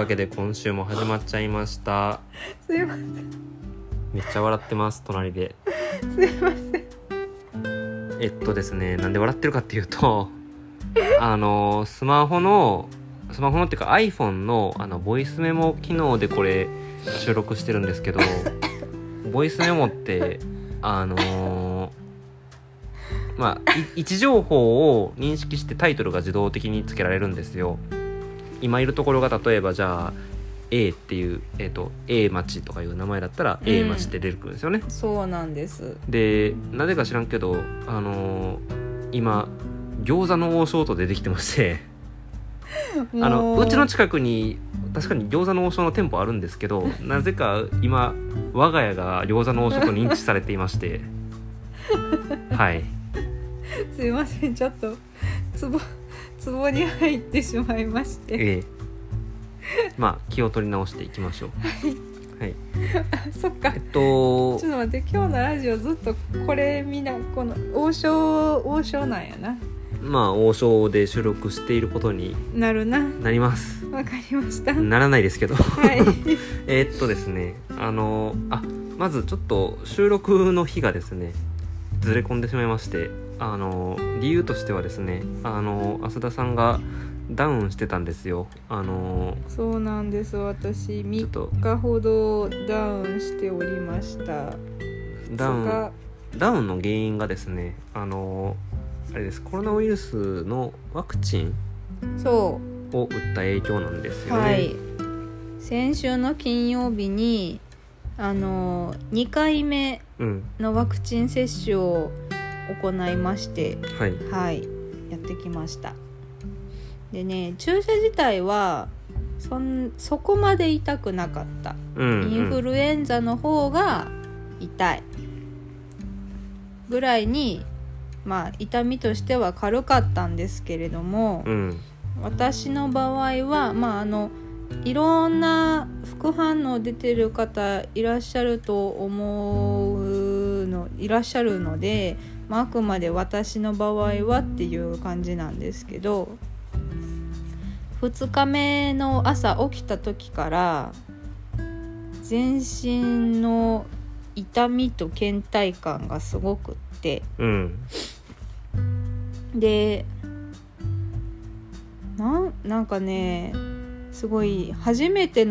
わけで今週も始まっちゃいました。 すいません。 めっちゃ笑ってます隣で。 すいません。 ですね、なんで笑ってるかっていうとスマホのっていうか iPhone のボイスメモ機能でこれ収録してるんですけどボイスメモって位置情報を認識してタイトルが自動的につけられるんですよ。今いるところが例えばじゃあ A っていう、A 町とかいう名前だったら A 町って出てくるんですよね、 そうなんです。 でなぜか知らんけど今餃子の王将と出てきてましてうちの近くに確かに餃子の王将の店舗あるんですけどなぜか今我が家が餃子の王将と認知されていましてはいすいません、ちょっとツボに入ってしまいまして、 気を取り直していきましょう。はい、 そっか、ちょっと待って、今日のラジオずっとこれこの王将なんやな。 王将で収録していることになります。 わかりました。 ならないですけどはいですねまずちょっと収録の日がですねずれ込んでしまいまして、理由としてはですね浅田さんがダウンしてたんですよ。 そうなんです。私3日ほどダウンしておりました。 ダウンの原因がですねあれです、コロナウイルスのワクチンを打った影響なんですよね。はい、 先週の金曜日に2回目のワクチン接種を行いまして、やってきました。でね、注射自体はそこまで痛くなかった、インフルエンザの方が痛いぐらいに、痛みとしては軽かったんですけれども、私の場合はいろんな副反応出てる方いらっしゃるので、あくまで私の場合はっていう感じなんですけど、2日目の朝起きた時から全身の痛みと倦怠感がすごくって、でなんかね、すごい初めて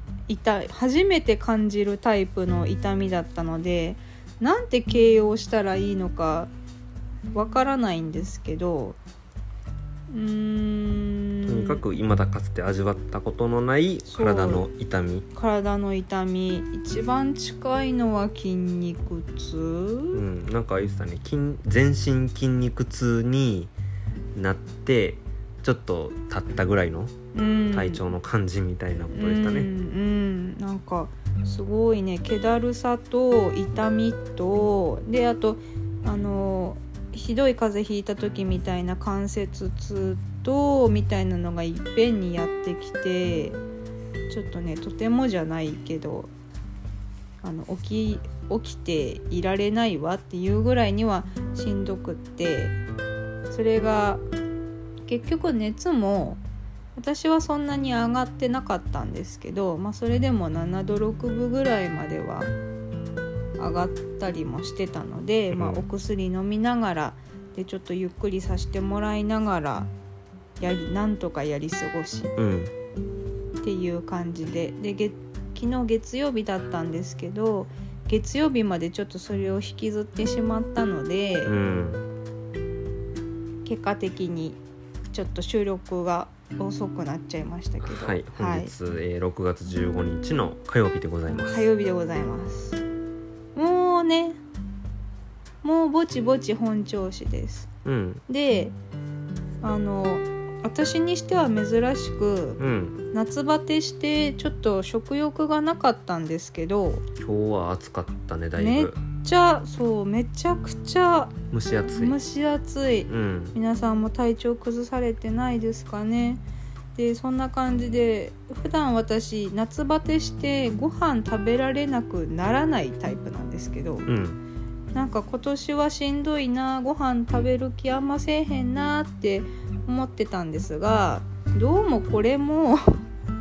感じるタイプの痛みだったので、なんて形容したらいいのかわからないんですけど、 とにかく未だかつて味わったことのない体の痛み、一番近いのは筋肉痛、 なんか言ってたね、全身筋肉痛になってちょっと経ったぐらいの体調の感じみたいなことでしたね。 なんかすごいね、気だるさと痛みと、であとひどい風邪ひいた時みたいな関節痛とみたいなのがいっぺんにやってきて、ちょっとね、とてもじゃないけど起きていられないわっていうぐらいにはしんどくって、それが結局熱も私はそんなに上がってなかったんですけど、それでも7度6分ぐらいまでは上がったりもしてたので、お薬飲みながらでちょっとゆっくりさせてもらいながらなんとかやり過ごし、っていう感じで、昨日月曜日だったんですけど、月曜日までちょっとそれを引きずってしまったので、結果的にちょっと収録が遅くなっちゃいましたけど、 本日、6月15日の火曜日でございます。 もうぼちぼち本調子です、で私にしては珍しく、夏バテしてちょっと食欲がなかったんですけど、 今日は暑かったね。だいぶめちゃくちゃ蒸し暑い、 皆さんも体調崩されてないですかね。でそんな感じで、普段私夏バテしてご飯食べられなくならないタイプなんですけど、なんか今年はしんどいな、ご飯食べる気あんませえへんなって思ってたんですが、どうもこれも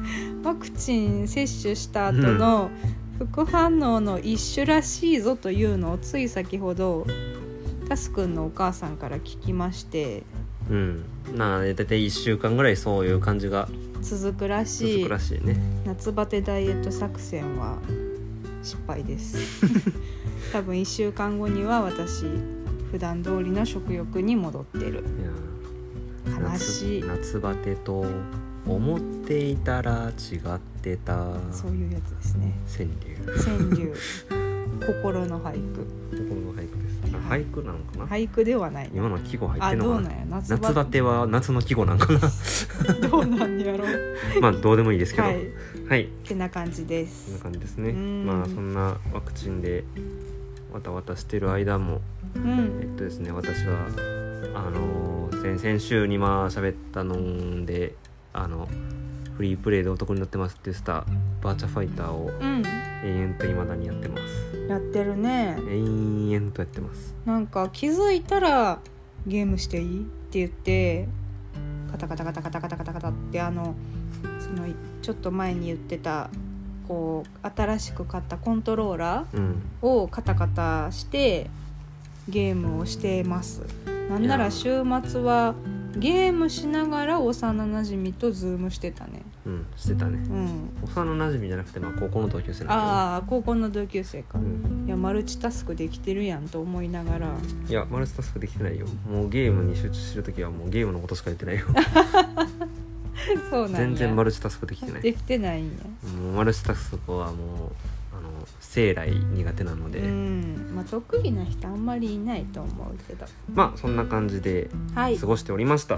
ワクチン接種した後の副反応の一種らしいぞというのをつい先ほどタスくんのお母さんから聞きまして、 だいたい1週間ぐらいそういう感じが続くらしいね。 夏バテダイエット作戦は失敗です多分1週間後には私普段通りの食欲に戻ってる。悲しい。 夏バテと思っていたら違ってた。 そういうやつですね。川柳心の俳句です。 俳句なのかな。 俳句ではない。 今の季語入ってんのかな。 どうなんや。 夏バテは夏の季語なんかなどうなんやろまあどうでもいいですけど、はい、 こんな感じです。 こんな感じですね。まあそんなワクチンでわたわたしてる間も、ですね、私は先週に喋ったのでフリープレイでお得になってますって言ってたバーチャファイターを延々と未だにやってます。 やってるね。 延々とやってます。 なんか気づいたらゲームしていいって言ってカタカタカタカタカタカタカタってそのちょっと前に言ってたこう新しく買ったコントローラーをカタカタしてゲームをしてます。なんなら週末はゲームしながら幼なじみとズームしてたね。 してたね。幼なじみじゃなくて高校の同級生なんだけど。 高校の同級生か。いやマルチタスクできてるやんと思いながら。 いやマルチタスクできてないよ。もうゲームに集中してるときはもうゲームのことしか言ってないよそうなんや。 全然マルチタスクできてない。 できてないんや。 もうマルチタスクはもう生来苦手なので、 得意な人あんまりいないと思うけど、 そんな感じで過ごしておりました。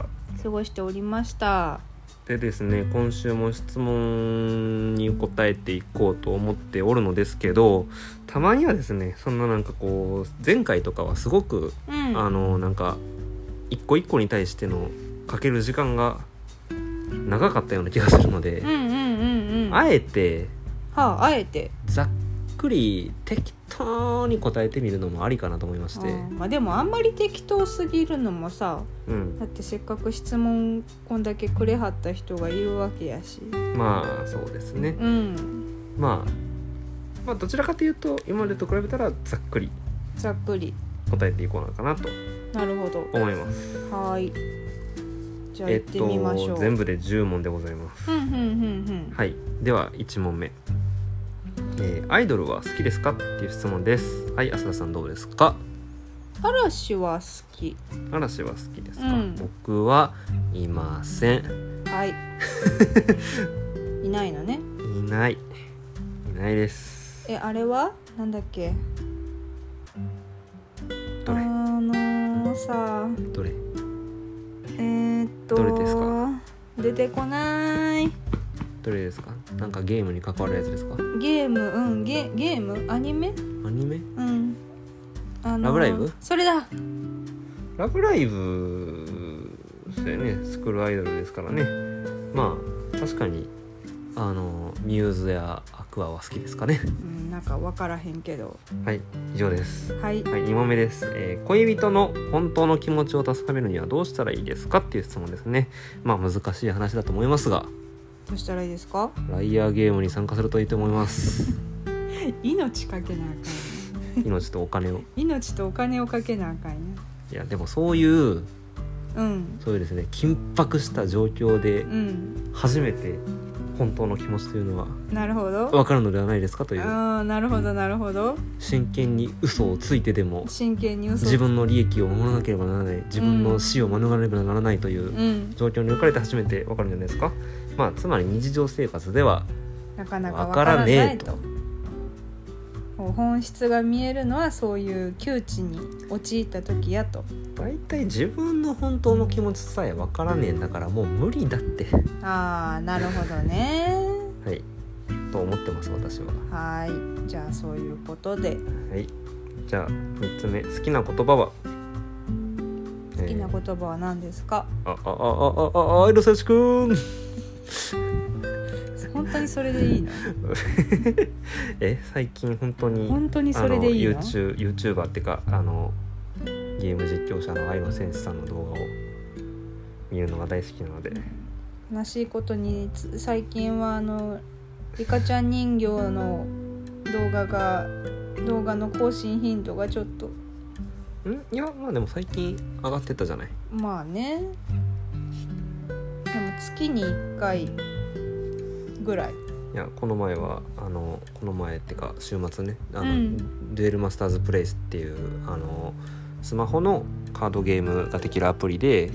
でですね、今週も質問に答えていこうと思っておるのですけど、たまにはですね、そんななんかこう前回とかはすごく、なんか一個一個に対してのかける時間が長かったような気がするので、あえてざっくり適当に答えてみるのもありかなと思いまして、 でもあんまり適当すぎるのもさ、だってせっかく質問こんだけくれはった人がいるわけやし、 そうですね、どちらかというと今までと比べたらざっくり答えていこうかなと思います。 はい、じゃあ行ってみましょう。 全部で10問でございます。はい、では1問目、アイドルは好きですかっていう質問です。はい、浅田さんどうですか？ 嵐は好きですか？僕はいません。 はい。いないのね。 いないです。 あれはなんだっけ？ どれ？ どれですか？ 出てこない。 どれですか？なんかゲームに関わるやつですか？ ゲームアニメラブライブ？ それだ。 ラブライブそうやね、スクールアイドルですからね。確かにミューズやアクアは好きですかね。 なんか分からへんけど。 はい、以上です。 はい、 2問目です。恋人の本当の気持ちを確かめるにはどうしたらいいですかっていう質問ですね。難しい話だと思いますが、 どうしたらいいですか？ ライアーゲームに参加するといいと思います命かけなあかん命とお金をかけなあかんや。 いやでもそういうですね、緊迫した状況で初めて本当の気持ちというのは分かるのではないですかという。 なるほど。 真剣に嘘をついてでも自分の利益を守らなければならない、自分の死を免れればならないという状況に置かれて初めて分かるんじゃないですか。つまり日常生活ではなかなか分からないと。本質が見えるのはそういう窮地に陥った時やと。 だいたい自分の本当の気持ちさえ分からねえんだからもう無理だって。 なるほどね。 はいと思ってます私は。 はい、じゃあそういうことで。 はい、じゃあ3つ目、好きな言葉は？ 好きな言葉は何ですか？ アイドセチくん本当にそれでいいの？ 最近本当にそれでいいの ？YouTuber ってかゲーム実況者の愛のセンスさんの動画を見るのが大好きなので、 悲しいことに最近はリカちゃん人形の動画の更新頻度がちょっといやまあでも最近上がってたじゃない。 まあね、でも月に1回ぐらい。 いやこの前ってか週末ねデュエルマスターズプレイスっていうスマホのカードゲームができるアプリで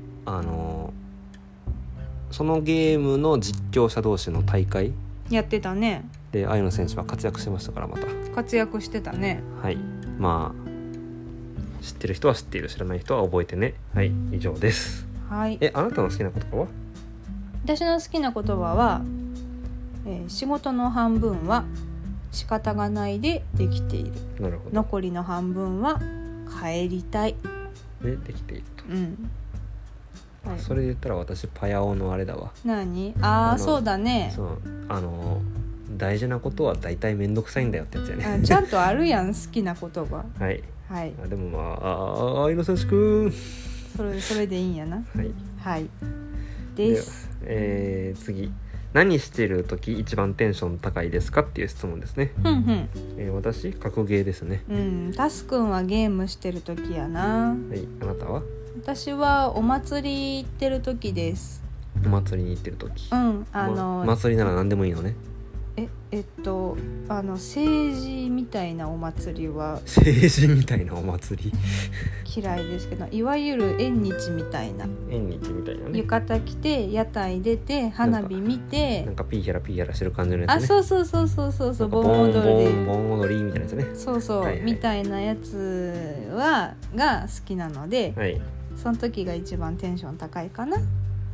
そのゲームの実況者同士の大会やってたね。 で愛の選手は活躍してましたから。また活躍してたね。 はい、まあ知ってる人は知っている、知らない人は覚えてね。はい、以上です。 はい。 あなたの好きな言葉は？ 私の好きな言葉は、仕事の半分は仕方がないでできている。 なるほど。 残りの半分は帰りたいでできていると。 はい、 それで言ったら私パヤオのあれだわ。 何？そうだね。 そう大事なことは大体めんどくさいんだよってやつやね。 ちゃんとあるやん好きな言葉。 はいはい。 でも愛の選手くんそれでいいんやな。 はいはいです。 次、何してる時一番テンション高いですかっていう質問ですね。私格ゲーですね。 タスくんはゲームしてる時やな。 はい、あなたは？ 私はお祭り行ってる時です。 お祭りに行ってる時。祭りなら何でもいいのね。 政治みたいなお祭りは政治みたいなお祭り嫌いですけど、いわゆる縁日みたいなね、 浴衣着て屋台出て花火見てなんかピーヒャラピーヒャラしてる感じのやつね。 そう盆踊りみたいなやつね。 そう、はいはい、みたいなやつが好きなので、 はい、 その時が一番テンション高いかな。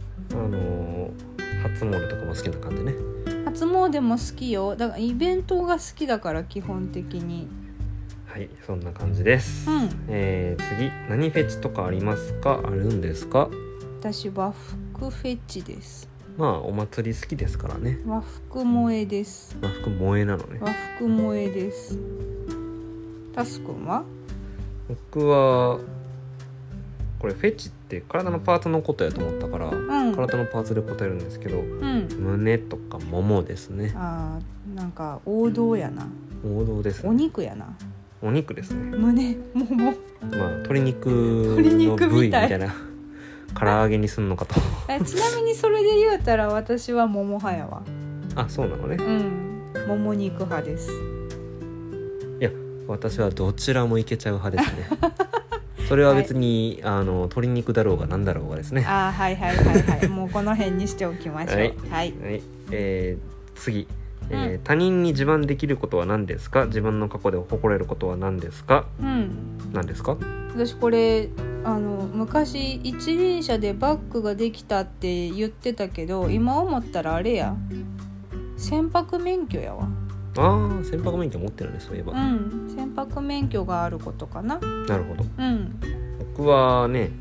初詣とかも好きな感じね。 初詣も好きよ。だからイベントが好きだから基本的に。 はい、そんな感じです。次、何フェチとかありますか？あるんですか？ 私和服フェチです。 まあお祭り好きですからね。 和服萌えです。 和服萌えなのね。 和服萌えです。タス君は？ 僕はこれフェチって体のパーツのことやと思ったから、体のパーツで答えるんですけど、胸とかももですね。 なんか王道やな。 王道ですね。 お肉やな。 お肉ですね。 胸もも。 まあ鶏肉の部位みたいな唐揚げにすんのかとちなみにそれで言うたら私はもも派やわ。 あ、そうなのね。 もも肉派です。 いや私はどちらもいけちゃう派ですねそれは別に、はい、鶏肉だろうが何だろうがですね。 はいもうこの辺にしておきましょう。はい、 次、他人に自慢できることは何ですか？自分の過去で誇れることは何ですか？何ですか？ 私これ昔一輪車でバッグができたって言ってたけど、今思ったらあれや、船舶免許やわ。 船舶免許持ってるね、そういえば。 船舶免許があることかな。 なるほど。僕はね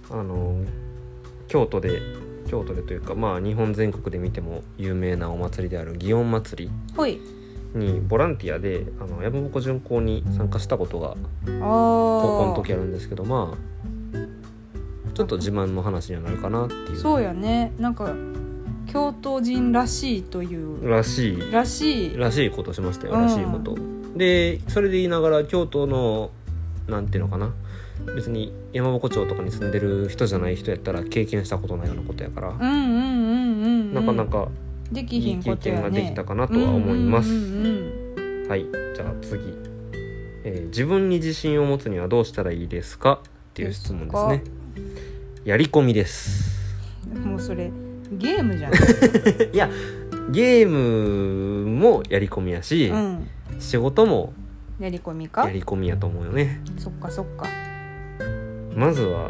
京都でというか、まあ日本全国で見ても有名なお祭りである祇園祭りにボランティアで山鉾巡行に参加したことが高校の時あるんですけど、まあちょっと自慢の話にはなるかなっていう。 そうやね。なんか京都人らしいというらしいことしましたよ。らしいことで、それで言いながら京都のなんていうのかな、別に山鉾町とかに住んでる人じゃない人やったら経験したことないようなことやから、なかなかいい経験ができたかなとは思います。はい、じゃあ次、自分に自信を持つにはどうしたらいいですかっていう質問ですね。やり込みです。 もうそれゲームじゃんいやゲームもやり込みやし、仕事もやり込みか。 やり込みやと思うよね。 そっかまずは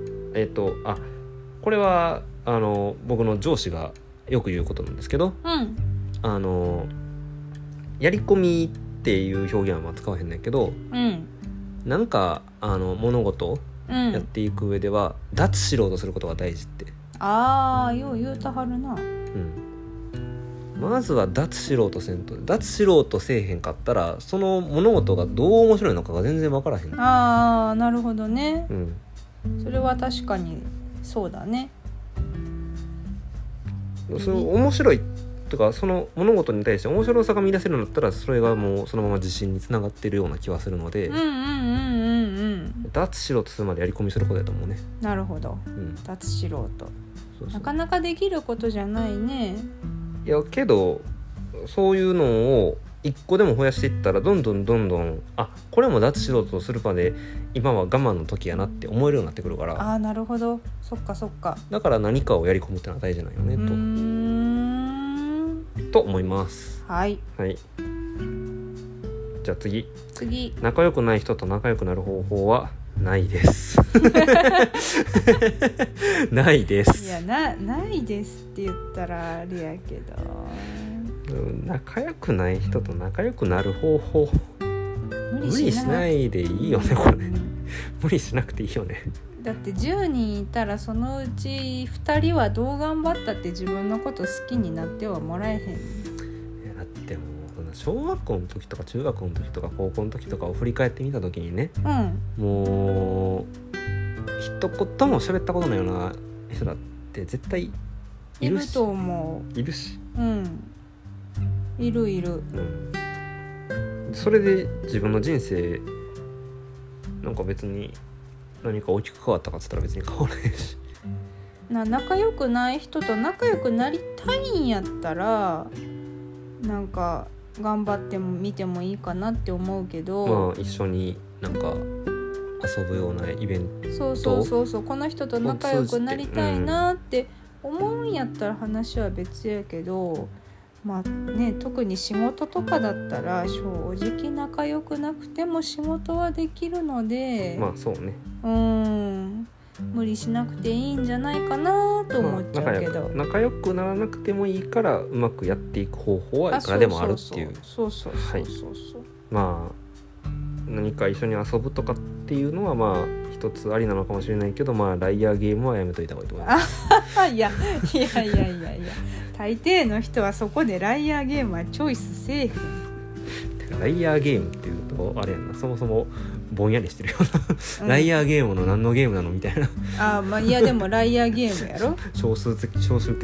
これは僕の上司がよく言うことなんですけど、やり込みっていう表現は使わへんねんけど、なんか物事をやっていく上では、脱しろうとすることが大事って。 よう言うたはるな。 まずは脱しろうとせんと、脱しろうとせえへんかったらその物事がどう面白いのかが全然分からへん。 なるほどね。それは確かにそうだね。 それ面白いとかその物事に対して面白さが見出せるんだったらそれがもうそのまま自信につながってるような気はするので、脱しろとするまでやり込みすることだと思うね。 なるほど、脱しろとそうなかなかできることじゃないね。 いやけどそういうのを一個でも増やしていったらどんどんこれも脱しろとするまで今は我慢の時やなって思えるようになってくるから。 あ、なるほど、そっかだから何かをやり込むってのは大事なんよねと思います。 はい、 じゃあ次仲良くない人と仲良くなる方法はないですないです。 いやないですって言ったらあれやけど、 仲良くない人と仲良くなる方法無理しないでいいよねこれ、無理しなくていいよね。 だって10人いたらそのうち2人はどう頑張ったって自分のこと好きになってはもらえへん。 だってもう小学校の時とか中学校の時とか高校の時とかを振り返ってみた時にね、もう一言も喋ったことないような人だって絶対いると思う。 いるし、 いる、 それで自分の人生なんか別に何か大きく変わったかっつったら別に変わらないし、 仲良くない人と仲良くなりたいんやったらなんか頑張ってみてもいいかなって思うけど、 一緒になんか遊ぶようなイベント、 そうこの人と仲良くなりたいなって思うんやったら話は別やけど、特に仕事とかだったら正直仲良くなくても仕事はできるので、 そうね、 無理しなくていいんじゃないかなと思っちゃうけど、 仲良くならなくてもいいからうまくやっていく方法はいくらでもあるっていう。何か一緒に遊ぶとかっていうのは一つありなのかもしれないけど、ライアーゲームはやめといた方がいいと思います。 いや大抵の人はそこでライアーゲームはチョイスせえへん。 ライアーゲームっていうとあれやな、そもそもぼんやりしてるような、ライアーゲームの何のゲームなのみたいな。 いやでもライアーゲームやろ少数決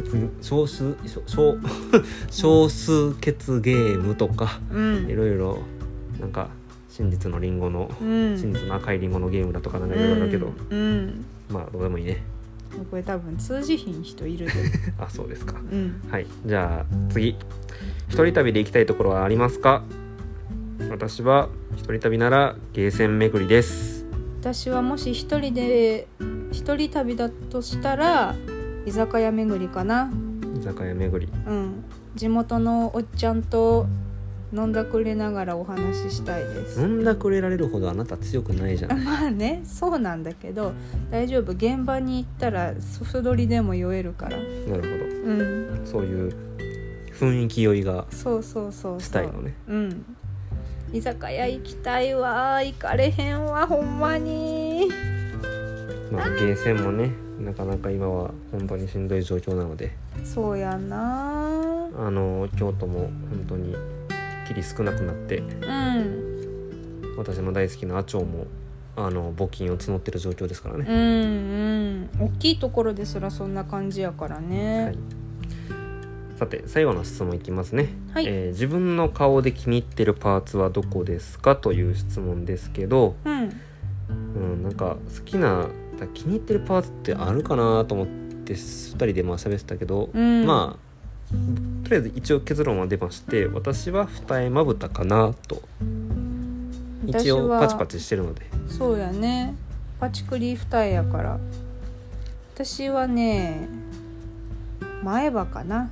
ゲームとか、いろいろなんか真実のリンゴの、真実の赤いリンゴのゲームだとかなんかいろいろあるけど、どうでもいいね。 これ多分通じひん人いるであ、そうですか、じゃあ次、一人旅で行きたいところはありますか？私は一人旅ならゲーセン巡りです。 私はもし一人旅だとしたら居酒屋巡りかな。 居酒屋巡り、 地元のおっちゃんと飲んだくれながらお話ししたいです。 飲んだくれられるほどあなた強くないじゃん。 そうなんだけど大丈夫、現場に行ったらソフト取りでも酔えるから。なるほど、そういう雰囲気酔いがしたいのね。 居酒屋行きたいわ、行かれへんわほんまに。 ゲーセンもねなかなか今は本当にしんどい状況なので。 そうやな。 京都も本当にきり少なくなって、私の大好きな阿長も募金を募ってる状況ですからね。 大きいところですらそんな感じやからね。 さて最後の質問いきますね。自分の顔で気に入ってるパーツはどこですかという質問ですけど、なんか好きな気に入ってるパーツってあるかなと思って2人で喋ってたけど、とりあえず一応結論は出まして、私は二重まぶたかなと。一応パチパチしてるので。 そうやね、パチクリ二重やから。私はね前歯かな。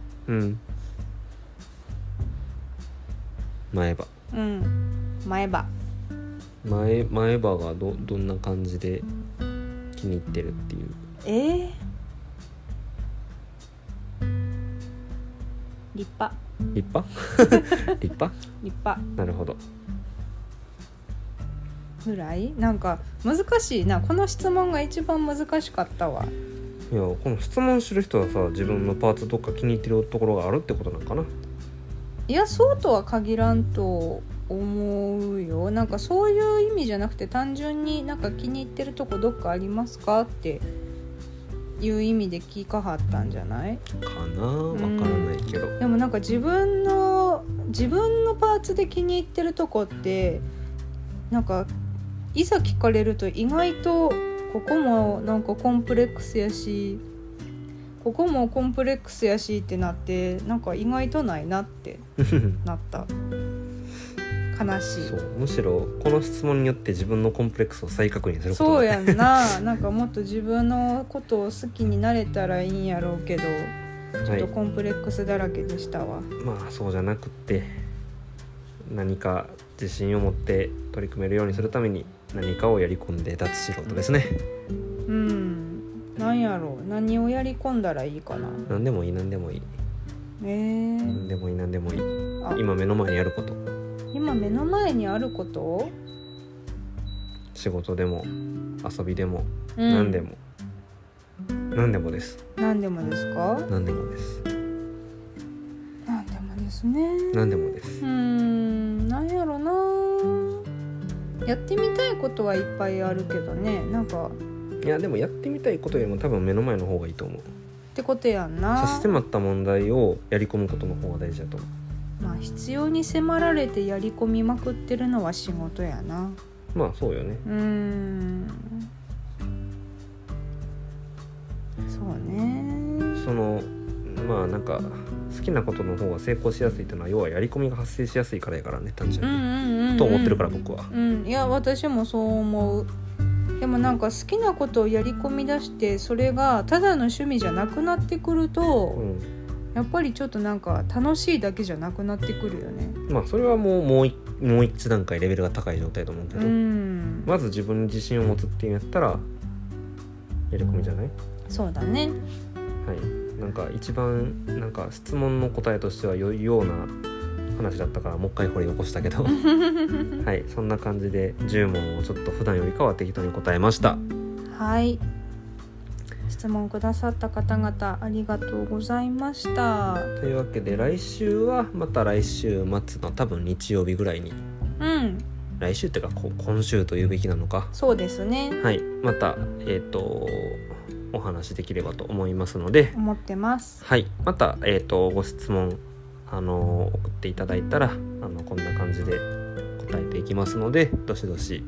前歯がどんな感じで気に入ってるっていう。立派なるほど。 ぐらいなんか難しいな、この質問が一番難しかったわ。 いや、この質問する人はさ、自分のパーツどっか気に入ってるところがあるってことなのかな。 いや、そうとは限らんと思うよ。なんかそういう意味じゃなくて、単純になんか気に入ってるとこどっかありますかっていう意味で聞かはったんじゃないかな、わからないけど、 でもなんか自分のパーツで気に入ってるとこってなんかいざ聞かれると意外とここもなんかコンプレックスやしここもコンプレックスやしってなってなんか意外とないなってなった悲しい。 そうむしろこの質問によって自分のコンプレックスを再確認することそうやんななんかもっと自分のことを好きになれたらいいんやろうけどちょっとコンプレックスだらけでしたわ、 まあそうじゃなくって何か自信を持って取り組めるようにするために何かをやり込んで脱素人ですね。 何やろう、何をやり込んだらいいかな。 何でもいい何でもいい、何でもいい何でもいい。今目の前にあること、 今目の前にあること、 仕事でも遊びでも、何でも何でもです。 何でもですか？ 何でもです。 何でもですね。 何でもです。 何やろな。やってみたいことはいっぱいあるけどね。なんかいやでもやってみたいことよりも多分目の前の方がいいと思う。 ってことやんな。 差し迫った問題をやり込むことの方が大事だと思う。 まあ必要に迫られてやり込みまくってるのは仕事やな。 まあそうよね。 そうね。 まあなんか好きなことの方が成功しやすいというのは要はやり込みが発生しやすいからやからね、単純に、と思ってるから僕は。 いや私もそう思う。でもなんか好きなことをやり込み出してそれがただの趣味じゃなくなってくると、やっぱりちょっとなんか楽しいだけじゃなくなってくるよね。 まあそれはもう一段階レベルが高い状態だと思うけど、まず自分に自信を持つっていうんやったらやり込みじゃない？そうだね。はい。なんか一番なんか質問の答えとしては良いような話だったからもう一回掘り起こしたけどはい、そんな感じで10問をちょっと普段よりかは適当に答えました。はい、質問くださった方々ありがとうございました。というわけで来週はまた来週末の多分日曜日ぐらいに、来週っていうか今週というべきなのか。そうですね。はい、またお話できればと思いますので思ってます。はい、またご質問送っていただいたらこんな感じで答えていきますのでどしどし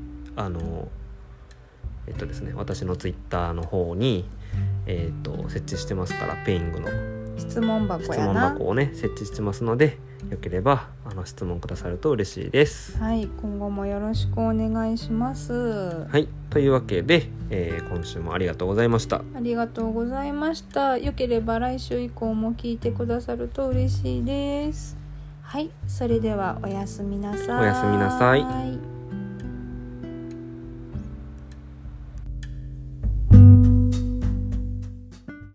ですね、私のツイッターの方に設置してますからペイングの質問箱をね設置してますのでよければ質問くださると嬉しいです。はい、今後もよろしくお願いします。はい、というわけで、今週もありがとうございました。ありがとうございました。よければ来週以降も聞いてくださると嬉しいです。はい、それではおやすみなさい。おやすみなさい。